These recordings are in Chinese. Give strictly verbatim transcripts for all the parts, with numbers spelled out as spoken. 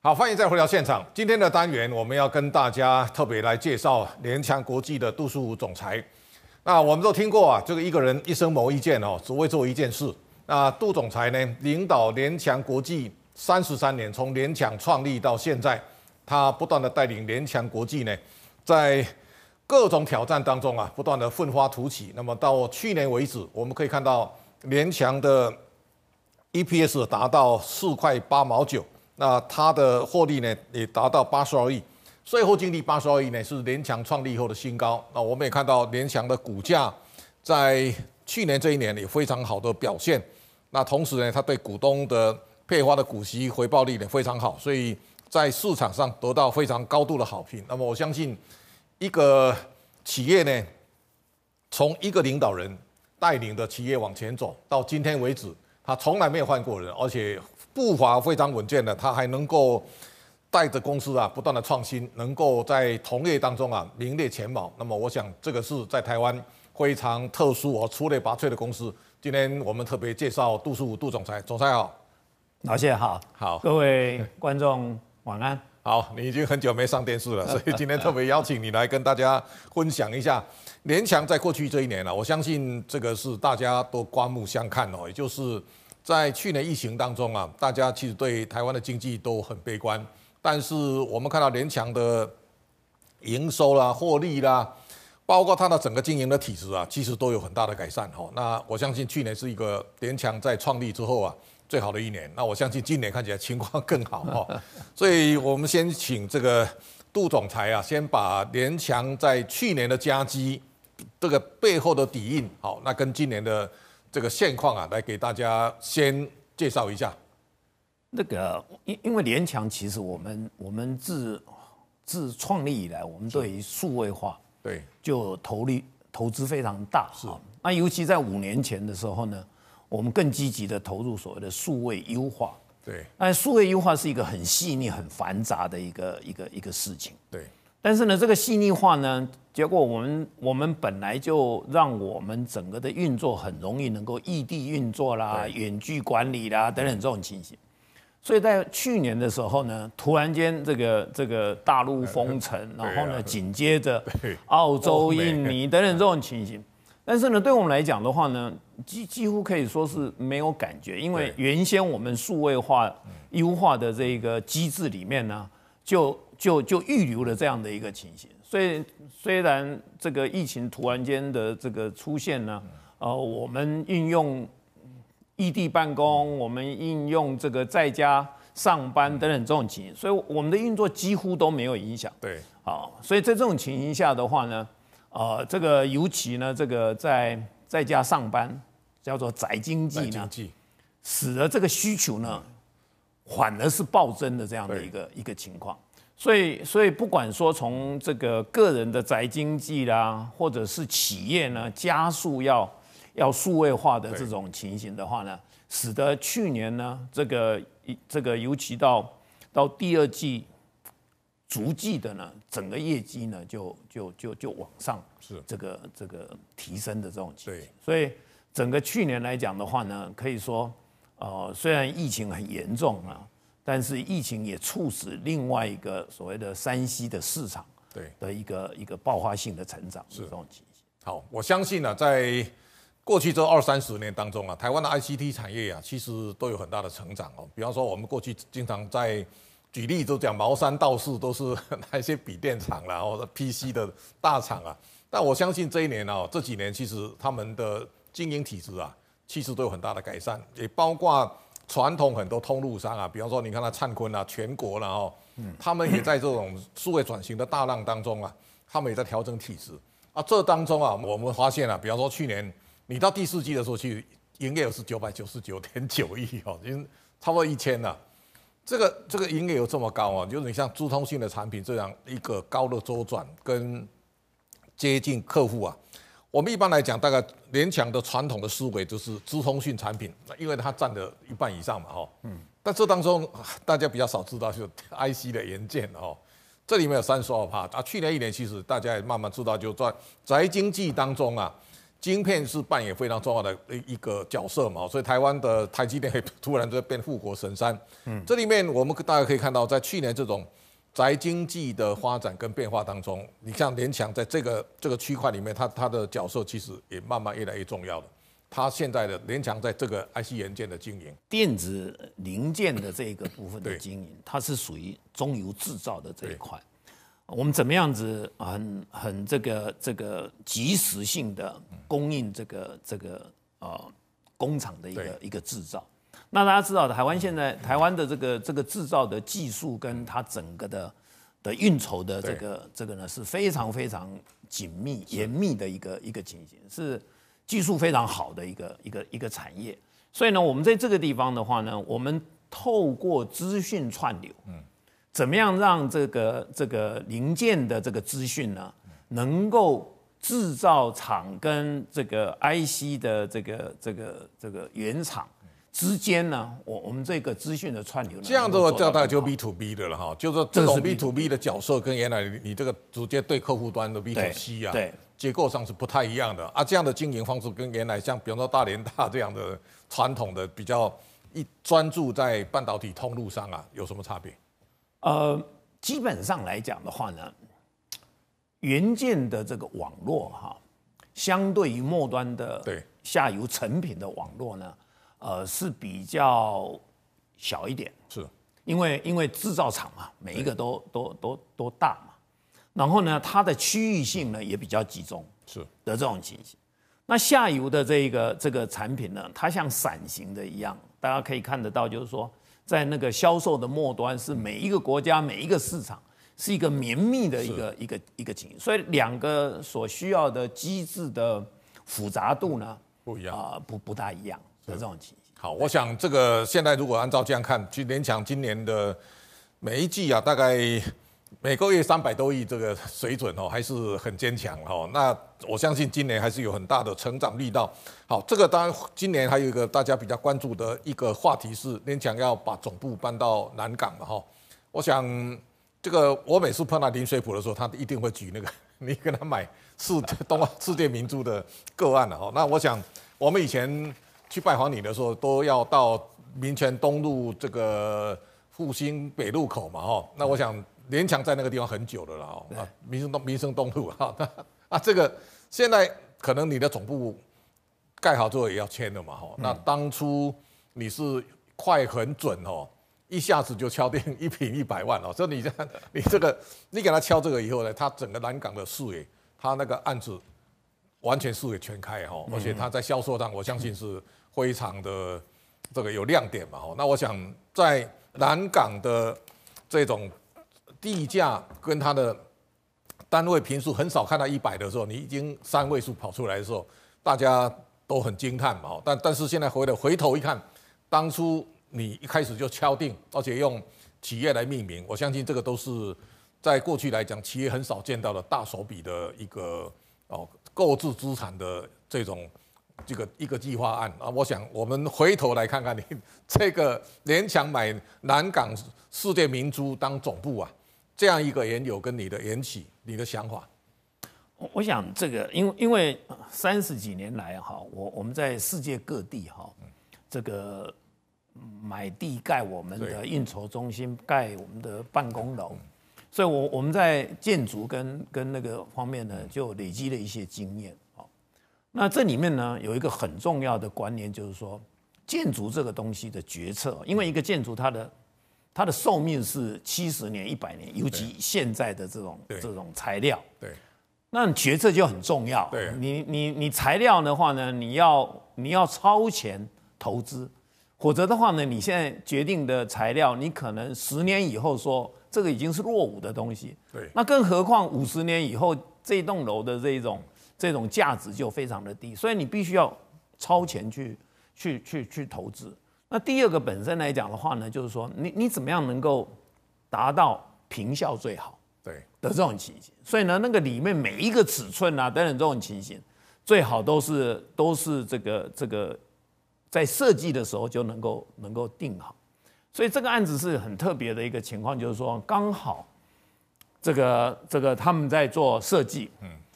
好，欢迎再回到现场。今天的单元，我们要跟大家特别来介绍联强国际的杜书武总裁。那我们都听过啊，这个一个人一生谋一件哦，只为做一件事。那杜总裁呢，领导联强国际三十三年，从联强创立到现在，他不断的带领联强国际呢，在各种挑战当中啊，不断的奋发图奇。那么到去年为止，我们可以看到联强的 E P S 达到四块八毛九。那它的获利呢也达到八十二亿，税后净利八十二亿呢是联强创立后的新高。那我们也看到联强的股价在去年这一年也非常好的表现。那同时呢，它对股东的配发的股息回报率呢非常好，所以在市场上得到非常高度的好评。那么我相信一个企业呢，从一个领导人带领的企业往前走，到今天为止，他从来没有换过人，而且步伐非常稳健的，他还能够带着公司啊不断的创新，能够在同业当中啊名列前茅。那么我想这个是在台湾非常特殊而出类拔萃的公司。今天我们特别介绍杜书武杜总裁，总裁好。 老谢好， 好， 各位观众晚安。 好，你已经很久没上电视了，所以今天特别邀请你来跟大家分享一下联强在过去这一年了。我相信这个是大家都刮目相看哦，也就是在去年疫情当中啊，大家其实对台湾的经济都很悲观，但是我们看到联强的营收啦、获利啦，包括它的整个经营的体质啊，其实都有很大的改善哈。那我相信去年是一个联强在创立之后啊最好的一年，那我相信今年看起来情况更好哈。所以我们先请这个杜总裁啊，先把联强在去年的佳绩这个背后的底蕴，好，那跟今年的这个现况啊，来给大家先介绍一下。 那个，因因为联强其实我们我们自自创立以来，我们对于数位化对就投力投资非常大。 是。 那尤其在五年前的时候呢，我们更积极的投入所谓的数位优化。 对。 但数位优化是一个很细腻、很繁杂的一个一个一个事情。 对。 但是呢，这个细腻化呢，结果我们我们本来就让我们整个的运作很容易能够异地运作啦、远距管理啦等等这种情形。所以在去年的时候呢，突然间这个这个大陆封城，然后呢紧接着澳洲、印尼等等这种情形。但是呢，对我们来讲的话呢，几几乎可以说是没有感觉，因为原先我们数位化优化的这个机制里面呢，就就就预留了这样的一个情形，所以虽然这个疫情突然间的这个出现呢，呃，我们运用异地办公，我们应用这个在家上班等等这种情形，所以我们的运作几乎都没有影响。 对， 好，所以在这种情形下的话呢，呃，这个尤其呢，这个在在家上班叫做宅经济呢，使得这个需求呢，反而是暴增的这样的一个一个情况。所以，所以不管说从这个个人的宅经济啦，或者是企业呢加速要要数位化的这种情形的话呢，使得去年呢这个这个尤其到到第二季逐季的呢整个业绩呢就就就就往上是这个这个提升的这种情形。所以整个去年来讲的话呢，可以说呃虽然疫情很严重啊。但是疫情也促使另外一个所谓的三 C 的市场对的一个一个爆发性的成长，是这种情形。 好，我相信啊，在过去这二三十年当中啊，台湾的 I C T 产业啊，其实都有很大的成长哦。比方说，我们过去经常在举例都讲毛三到四都是那些笔电厂啦，或者 P C 的大厂啊。但我相信这一年啊，这几年其实他们的经营体制啊，其实都有很大的改善，也包括传统很多通路商啊，比方说你看他灿坤啊，全国啦哦，他们也在这种数位转型的大浪当中啊，他们也在调整体制啊。这当中啊，我们发现啊，比方说去年你到第四季的时候，其实营业额是九百九十九点九亿哦，已经差不多一千了。这个这个营业额这么高啊，就是你像资通讯的产品这样一个高的周转跟接近客户啊。我们一般来讲，大概联强的传统的思维就是资通讯产品，因为它占了一半以上嘛，哈，嗯，但这当中大家比较少知道，就是 I C 的元件，哦，这里面有三十二趴啊。去年一年，其实大家也慢慢知道，就在宅经济当中啊， 晶片是扮演非常重要的一个角色嘛，所以台湾的台积电突然就变护国神山。嗯，这里面我们大家可以看到，在去年这种宅经济的发展跟变化当中，你像联强在这个这个区块里面，它它的角色其实也慢慢越来越重要了。它现在的联强在这个 I C 元件的经营， 电子零件的这个部分的经营，它是属于中游制造的这一块。我们怎么样子很很这个这个及时性的供应这个这个呃工厂的一个一个制造？那大家知道，台湾现在台湾的这个这个制造的技术跟它整个的的运筹的这个这个呢是非常非常紧密严密的一个一个情形，是技术非常好的一个一个一个产业。所以呢，我们在这个地方的话呢，我们透过资讯串流，嗯。怎么样让这个这个零件的这个资讯呢，能够制造厂跟这个 I C 的这个这个这个原厂之间呢，我我们这个资讯的串流， 这样的话，这大概就 B to B 的了哈，就是这种 B to B 的角色跟原来你这个直接对客户端的 B to C 啊， 对， 结构上是不太一样的啊。这样的经营方式跟原来像比方说大联大这样的传统的比较一专注在半导体通路上啊，有什么差别？ 呃，基本上来讲的话呢，元件的这个网络哈，相对于末端的下游成品的网络呢，呃，是比较小一点。 是， 因为因为制造厂嘛，每一个都都都都大嘛，然后呢，它的区域性呢也比较集中， 是的这种情形。那下游的这个这个产品呢，它像伞形的一样，大家可以看得到，就是说。在那个销售的末端，是每一个国家、每一个市场是一个绵密的一个一个一个情形，所以两个所需要的机制的复杂度呢不一样啊、呃，不不大一样的这种情形。 好，我想这个现在如果按照这样看，其实联强今年的每一季啊，大概每个月三百多亿这个水准哦，还是很坚强哦。那我相信今年还是有很大的成长力道。好，这个当然今年还有一个大家比较关注的一个话题是联强要把总部搬到南港了哈。我想这个我每次碰到林水浦的时候，他一定会举那个你跟他买世东世界明珠的个案了哈。那我想我们以前去拜访你的时候，都要到民权东路这个复兴北路口嘛哈。那我想。联强在那个地方很久了啦，啊，民生东民生东路哈，啊，这个现在可能你的总部盖好之后也要签了嘛哈，那当初你是快很准哦，一下子就敲定一坪一百万哦，所以你这你这个你给他敲这个以后呢，他整个南港的视野，他那个案子完全视野全开哈，而且他在销售上我相信是非常的这个有亮点嘛哈，那我想在南港的这种。地价跟它的单位坪数很少看到一百的时候，你已经三位数跑出来的时候，大家都很惊叹嘛。但但是现在回了回头一看，当初你一开始就敲定，而且用企业来命名，我相信这个都是在过去来讲，企业很少见到的大手笔的一个哦购置资产的这种这个一个计划案啊。我想我们回头来看看你这个联强买南港世界明珠当总部啊。这样一个缘由跟你的缘起，你的想法， 我想这个，因为因为三十几年来哈，我我们在世界各地哈，这个买地盖我们的应酬中心，盖我们的办公楼，所以我我们在建筑跟跟那个方面呢，就累积了一些经验啊。那这里面呢，有一个很重要的观念，就是说建筑这个东西的决策，因为一个建筑它的它的寿命是七十年、一百年，尤其现在的这种这种材料， 对， 那决策就很重要。 对， 你你你材料的话呢，你要你要超前投资，否则的话呢，你现在决定的材料，你可能十年以后说这个已经是落伍的东西。 对， 那更何况五十年以后，这栋楼的这种这种价值就非常的低，所以你必须要超前去去去去投资。那第二个本身来讲的话呢，就是说你你怎么样能够达到坪效最好对的这种情形，所以呢，那个里面每一个尺寸啊等等这种情形，最好都是都是这个这个在设计的时候就能够能够定好。所以这个案子是很特别的一个情况，就是说刚好这个这个他们在做设计，嗯，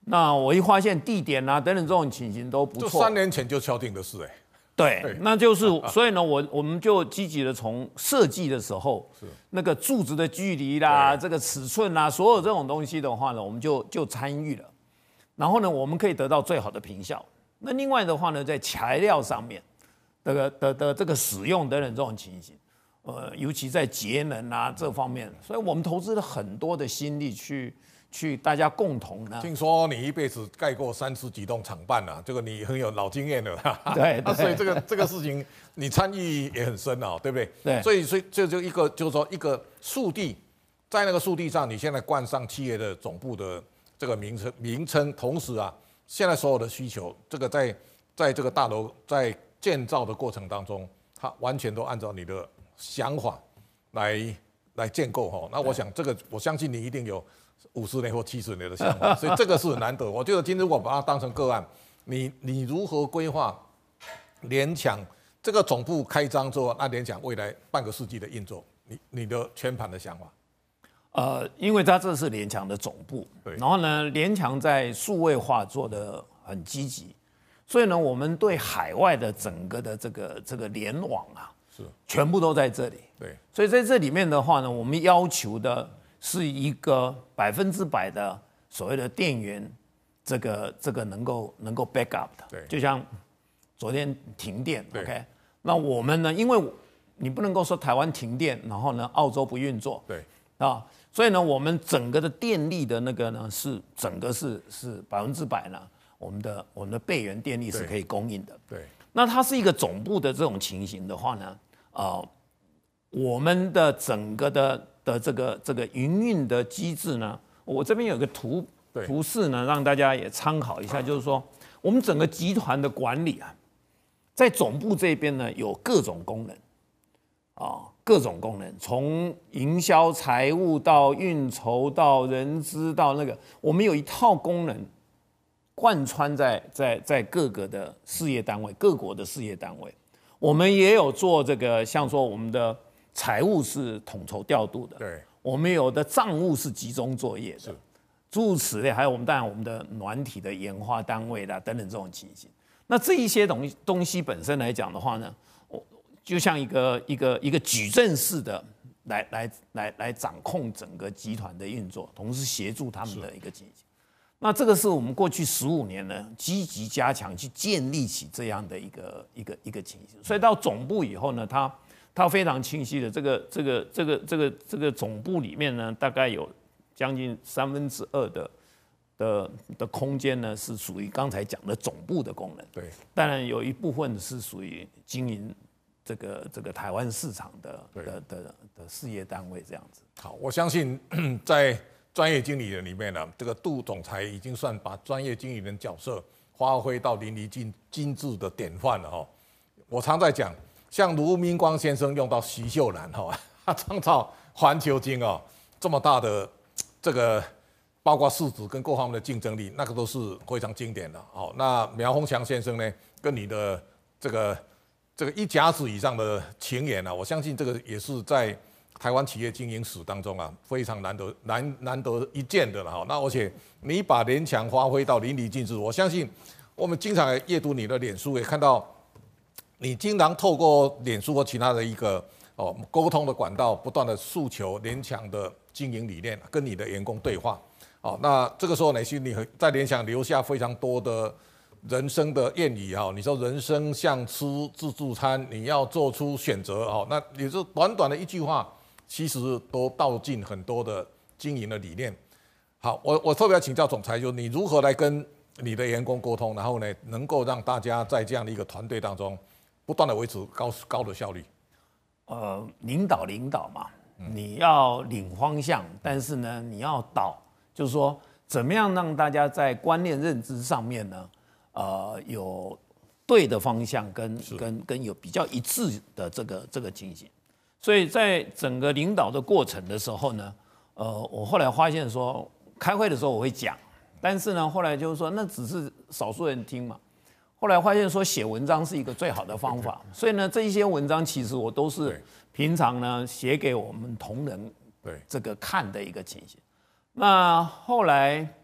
那我一发现地点啊等等这种情形都不错， 就三年前就敲定的事哎。 对，对那就是所以呢，我我们就积极的从设计的时候，那个柱子的距离啦，这个尺寸啦，所有这种东西的话呢，我们就就参与了。然后呢，我们可以得到最好的评效。那另外的话呢，在材料上面，这个的的这个使用等等这种情形，呃，尤其在节能啊这方面，所以我们投资了很多的心力去去大家共同呢。 听说你一辈子盖过三十几栋厂办啊，这个你很有老经验了。 对， 那所以这个这个事情你参与也很深啊，对不对？ 对。 所以所以这就一个就是说一个树地，在那个树地上，你现在冠上企业的总部的这个名称名称，同时啊，现在所有的需求，这个在在这个大楼在建造的过程当中，它完全都按照你的想法来来建构哈。那我想这个，我相信你一定有五十年或七十年的想法，所以这个是难得。我觉得今天如果把它当成个案，你你如何规划联强这个总部开张之后，那联强未来半个世纪的运作，你你的全盘的想法？ 呃，因为它这是联强的总部，然后呢，联强在数位化做得很积极，所以呢，我们对海外的整个的这个这个联网啊， 是全部都在这里。 对， 所以在这里面的话呢，我们要求的是一个百分之百的所谓的电源，这个这个能够能够 back up 的。 对， 就像昨天停电 ，OK， 那我们呢，因为你不能够说台湾停电，然后呢，澳洲不运作。 对， 啊。所以呢，我们整个的电力的那个呢，是整个是是百分之百呢，我们的我们的备源电力是可以供应的。 对， 那它是一个总部的这种情形的话呢，啊、呃，我们的整个的的这个这个营运的机制呢，我这边有个图图示呢，让大家也参考一下，就是说我们整个集团的管理啊，在总部这边呢有各种功能，啊。各种功能，从营销、财务到运筹到人资到那个，我们有一套功能贯穿在在在各个的事业单位、各国的事业单位。我们也有做这个，像说我们的财务是统筹调度的， 对， 我们有的账务是集中作业的，是诸如此类。还有我们当然我们的软体的研发单位啦等等这种情形。那这一些东西东西本身来讲的话呢，我。就像一个一个一个矩阵式的来来来来掌控整个集团的运作，同时协助他们的一个进行。那这个是我们过去十五年呢积极加强去建立起这样的一个一个一个情形。所以到总部以后呢，它它非常清晰的这个这个这个这个这个总部里面呢，大概有将近三分之二的的的空间呢是属于刚才讲的总部的功能。 对， 当然有一部分是属于经营。这个这个台湾市场的的的的事业单位这样子。 好，我相信在专业经理人里面呢，这个杜总裁已经算把专业经理人角色发挥到淋漓尽尽致的典范了哈。我常在讲，像卢明光先生用到徐秀兰哈，他创造环球金哦这么大的这个，包括市值跟各方面的竞争力，那个都是非常经典的。好，那苗宏强先生呢，跟你的这个。这个一甲子以上的情缘啊，我相信这个也是在台湾企业经营史当中啊非常难得难难得一见的了哈。那而且你把联强发挥到淋漓尽致，我相信我们经常阅读你的脸书，也看到你经常透过脸书或其他的一个哦沟通的管道，不断的诉求联强的经营理念，跟你的员工对话。哦，那这个时候呢，其实你在联强留下非常多的。人生的谚语哈，你说人生像吃自助餐，你要做出选择哦。那你这短短的一句话，其实都道尽很多的经营的理念。好，我我特别要请教总裁，就是你如何来跟你的员工沟通，然后呢，能够让大家在这样的一个团队当中，不断的维持高高的效率。 呃，领导领导嘛，你要领方向，但是呢，你要导，就是说怎么样让大家在观念认知上面呢？呃，有对的方向跟跟跟有比较一致的这个这个情形，所以在整个领导的过程的时候呢，呃，我后来发现说，开会的时候我会讲，但是呢，后来就是说那只是少数人听嘛。后来发现说写文章是一个最好的方法，所以呢，这一些文章其实我都是平常呢写给我们同仁这个看的一个情形。那后来。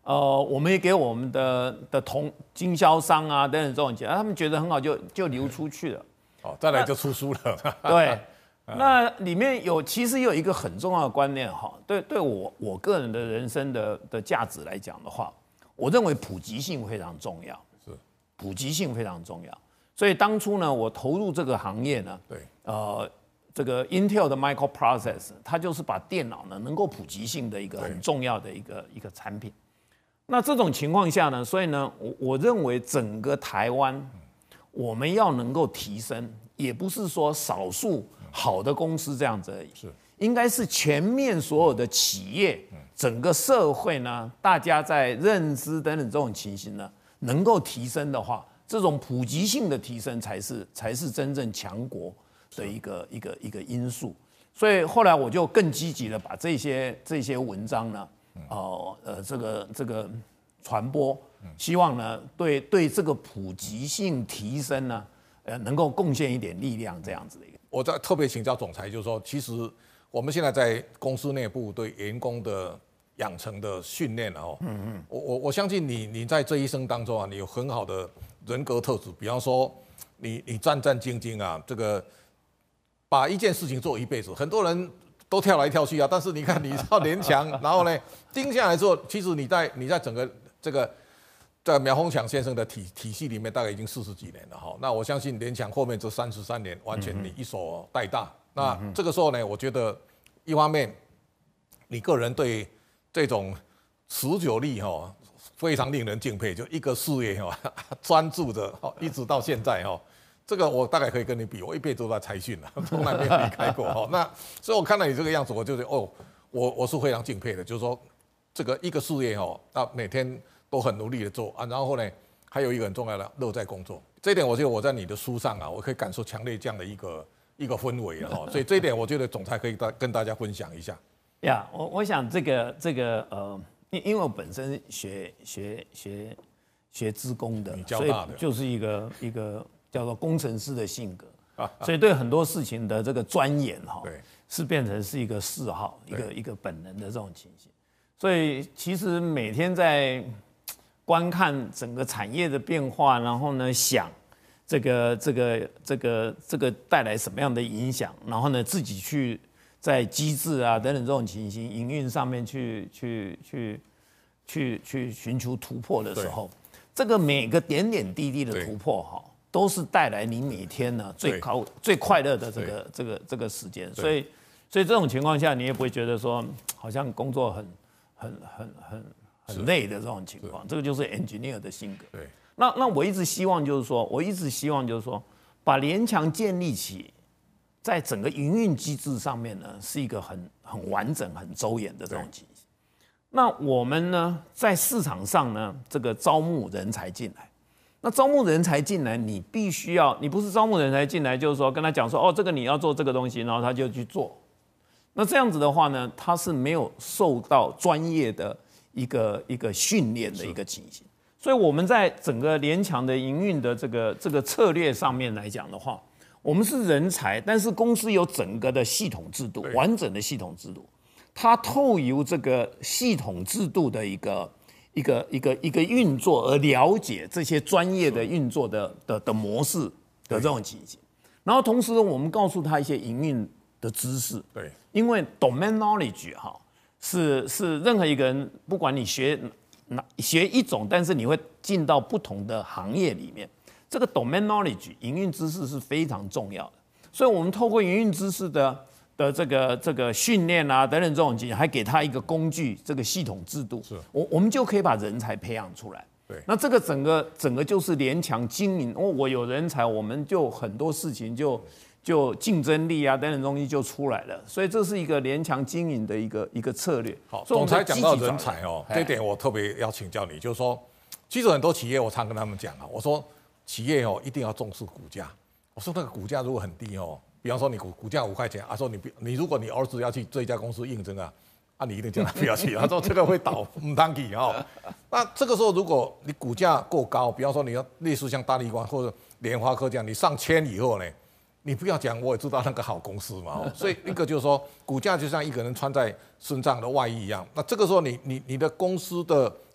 呃，我们也给我们的的同经销商啊等等这种钱，他们觉得很好就就流出去了。 哦，再来就出书了。 对，那里面有其实有一个很重要的观念哈，对对我我个人的人生的的价值来讲的话，我认为普及性非常重要。 是， 普及性非常重要。所以当初呢，我投入这个行业呢， 对， 呃，这个 Intel 的 Microprocess， 它就是把电脑呢能够普及性的一个很重要的一个一个产品。那这种情况下呢，所以呢，我我认为整个台湾，我们要能够提升，也不是说少数好的公司这样子而已， 是， 应该是全面所有的企业，整个社会呢，大家在认知等等这种情形呢，能够提升的话。这种普及性的提升才是才是真正强国的一个一个一个因素，所以后来我就更积极的把这些这些文章呢，呃呃这个这个传播，希望呢对对这个普及性提升呢，呃能够贡献一点力量这样子的一个。 我在特别请教总裁，就是说，其实我们现在在公司内部对员工的养成的训练哦，嗯嗯，我我我相信你你在这一生当中啊，你有很好的人格特质，比方说你你战战兢兢啊，这个把一件事情做一辈子，很多人都跳来跳去啊，但是你看你要连强，然后呢盯下来之后，其实你在你在整个这个在苗宏强先生的体体系里面，大概已经四十几年了哈。那我相信连强后面这三十三年，完全你一手带大。那这个时候呢，我觉得一方面你个人对这种持久力哈，非常令人敬佩。就一个事业哈，专注的哈，一直到现在哈，这个我大概可以跟你比，我一辈子都在财讯了，从来没有离开过哈。那所以我看到你这个样子，我就觉得哦，我我是非常敬佩的。就是说，这个一个事业哈，那每天都很努力的做啊，然后呢，还有一个很重要的乐在工作。这一点我觉得我在你的书上啊，我可以感受强烈这样的一个一个氛围哈。所以这一点我觉得总裁可以大跟大家分享一下。 呀， yeah, 我我想这个这个呃，因因为我本身学学学学资工的， 交大的， 所以就是一个一个叫做工程师的性格，啊啊、所以对很多事情的这个钻研哈，是变成是一个嗜好，一个一个本能的这种情形。所以其实每天在观看整个产业的变化，然后呢想这个这个这个这个带来什么样的影响，然后呢自己去。在机制啊等等这种情形，营运上面去去去去去寻求突破的时候，这个每个点点滴滴的突破哈，都是带来你每天呢最高最快乐的这个这个这个时间。所以所以这种情况下，你也不会觉得说好像工作很很很很很累的这种情况。这个就是 engineer 的性格。 对。 那那我一直希望就是说，我一直希望就是说，把联强建立起。在整个营运机制上面呢，是一个很很完整、很周延的这种情形。那我们呢，在市场上呢，这个招募人才进来。那招募人才进来，你必须要，你不是招募人才进来，就是说跟他讲说，哦，这个你要做这个东西，然后他就去做。那这样子的话呢，他是没有受到专业的一个一个训练的一个情形。所以我们在整个联强的营运的这个这个策略上面来讲的话。我们是人才，但是公司有整个的系统制度，完整的系统制度，它透由这个系统制度的一个一个一个一个运作而了解这些专业的运作的的的模式的这种情形，然后同时呢，我们告诉他一些营运的知识， 对， 因为 domain knowledge 哈是是任何一个人，不管你学哪学一种，但是你会进到不同的行业里面。这个 domain knowledge 营运知识是非常重要的，所以我们透过营运知识的的这个这个训练啊等等这种情形，还给他一个工具，这个系统制度， 是我我们就可以把人才培养出来。 对， 那这个整个整个就是联强经营，哦，我有人才，我们就很多事情就就竞争力啊等等东西就出来了，所以这是一个联强经营的一个一个策略。 好，总裁讲到人才哦，这一点我特别要请教你，就是说，其实很多企业我常跟他们讲啊，我说。企业哦一定要重视股价。我说那个股价如果很低哦，比方说你股股价五块钱，啊说你你如果你儿子要去这一家公司应征啊，啊你一定叫他不要去，他说这个会倒唔当去哦。那这个时候如果你股价够高，比方说你要类似像大立光或者联发科这样，你上千以后呢，你不要讲我也知道那个好公司嘛。哦、所以一个就是说股价就像一个人穿在身上的外衣一样，那这个时候你你你的公司的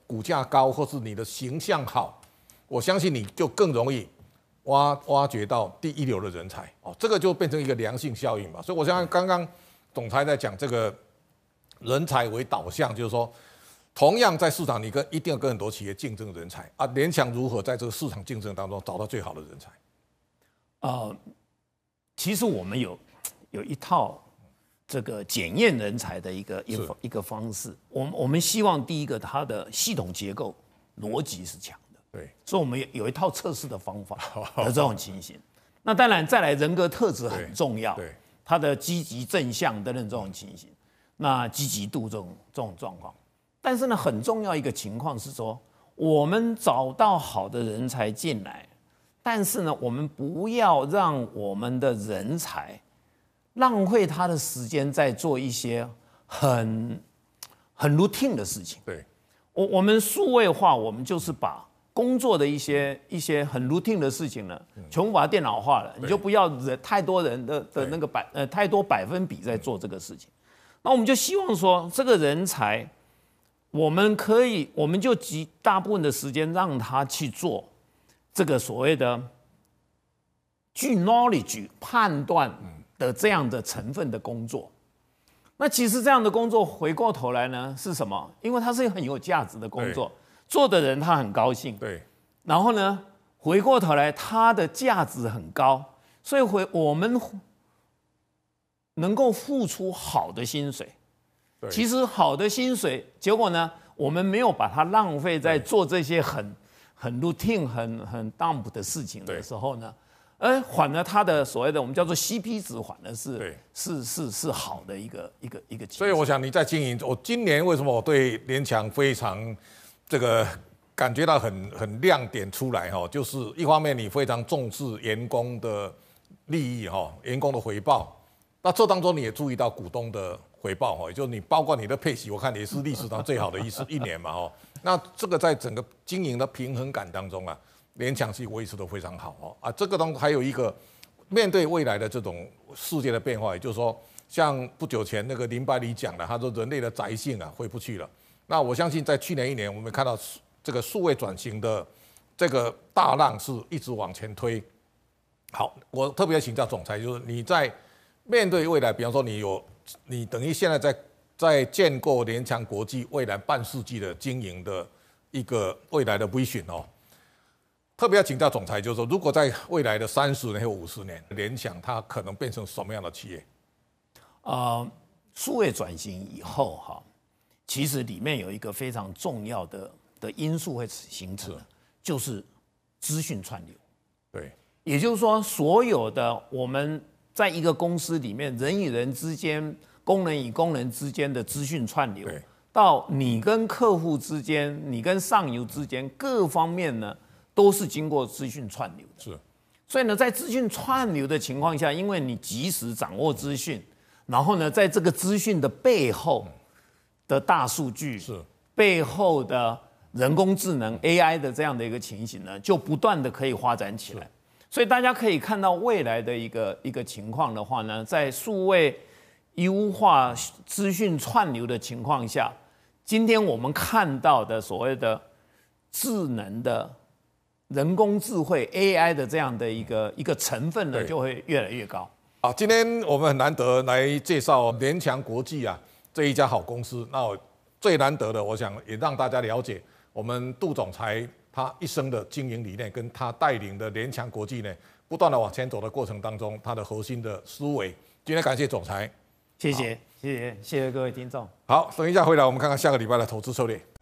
股价高，或是你的形象好，我相信你就更容易挖挖掘到第一流的人才哦，这个就变成一个良性效应嘛。所以我相信刚刚总裁在讲这个人才为导向，就是说，同样在市场，你跟一定要跟很多企业竞争人才啊，联强如何在这个市场竞争当中找到最好的人才？ 呃，其实我们有有一套这个检验人才的一个一个一个方式。我们我们希望第一个，它的系统结构逻辑是强的， 对， 所以我们有有一套测试的方法的这种情形。那当然，再来人格特质很重要， 对， 他的积极正向等等这种情形，那积极度这种这种状况。但是呢，很重要一个情况是说，我们找到好的人才进来，但是呢，我们不要让我们的人才浪费他的时间在做一些很很 routine 的事情。 对， 我我们数位化，我们就是把工作的一些一些很 routine 的事情呢，全部把它电脑化了，你就不要人太多人的的那个百呃太多百分比在做这个事情。那我们就希望说，这个人才。我们可以，我们就极大部分的时间让他去做这个所谓的具 knowledge 判断的这样的成分的工作。那其实这样的工作回过头来呢是什么？因为它是很有价值的工作，做的人他很高兴， 对。 然后呢，回过头来它的价值很高，所以回我们能够付出好的薪水。其实好的薪水，结果呢，我们没有把它浪费在做这些很很 routine、很很 dump 的事情的时候呢，而反而它的所谓的我们叫做 C P 值，反而是是是是好的一个一个一个。 所以我想你在经营，我今年为什么我对联强非常这个感觉到很很亮点出来哈，就是一方面你非常重视员工的利益哈，员工的回报，那这当中你也注意到股东的回报哈，也就是你包括你的配息，我看也是历史上最好的一次一年嘛哈。那这个在整个经营的平衡感当中啊，联强是维持得非常好哦啊。这个当中还有一个面对未来的这种世界的变化，也就是说，像不久前那个林百里讲的，他说人类的宅性啊回不去了。那我相信在去年一年，我们看到这个数位转型的这个大浪是一直往前推。好，我特别请教总裁，就是你在面对未来，比方说你有。你等于现在在在建构联强国际未来半世纪的经营的一个未来的 vision 哦，特别要请教总裁，就是说，如果在未来的三十年或五十年，联强它可能变成什么样的企业？ 呃，数位转型以后哈，其实里面有一个非常重要的的因素会形成，就是资讯串流。 对， 也就是说，所有的我们。在一个公司里面，人与人之间、功能与功能之间的资讯串流，到你跟客户之间、你跟上游之间各方面呢，都是经过资讯串流的。 是， 所以呢，在资讯串流的情况下，因为你及时掌握资讯，然后呢，在这个资讯的背后的大数据， 是背后的人工智能 A I 的这样的一个情形呢，就不断的可以发展起来。所以大家可以看到未来的一个一个情况的话呢，在数位优化资讯串流的情况下，今天我们看到的所谓的智能的人工智慧 A I 的这样的一个一个成分呢，就会越来越高。 好，今天我们很难得来介绍联强国际啊这一家好公司。那我最难得的，我想也让大家了解我们杜总裁。他一生的经营理念，跟他带领的联强国际呢，不断的往前走的过程当中，他的核心的思维。今天感谢总裁， 谢谢，谢谢，谢谢各位听众。 好，等一下回来，我们看看下个礼拜的投资策略。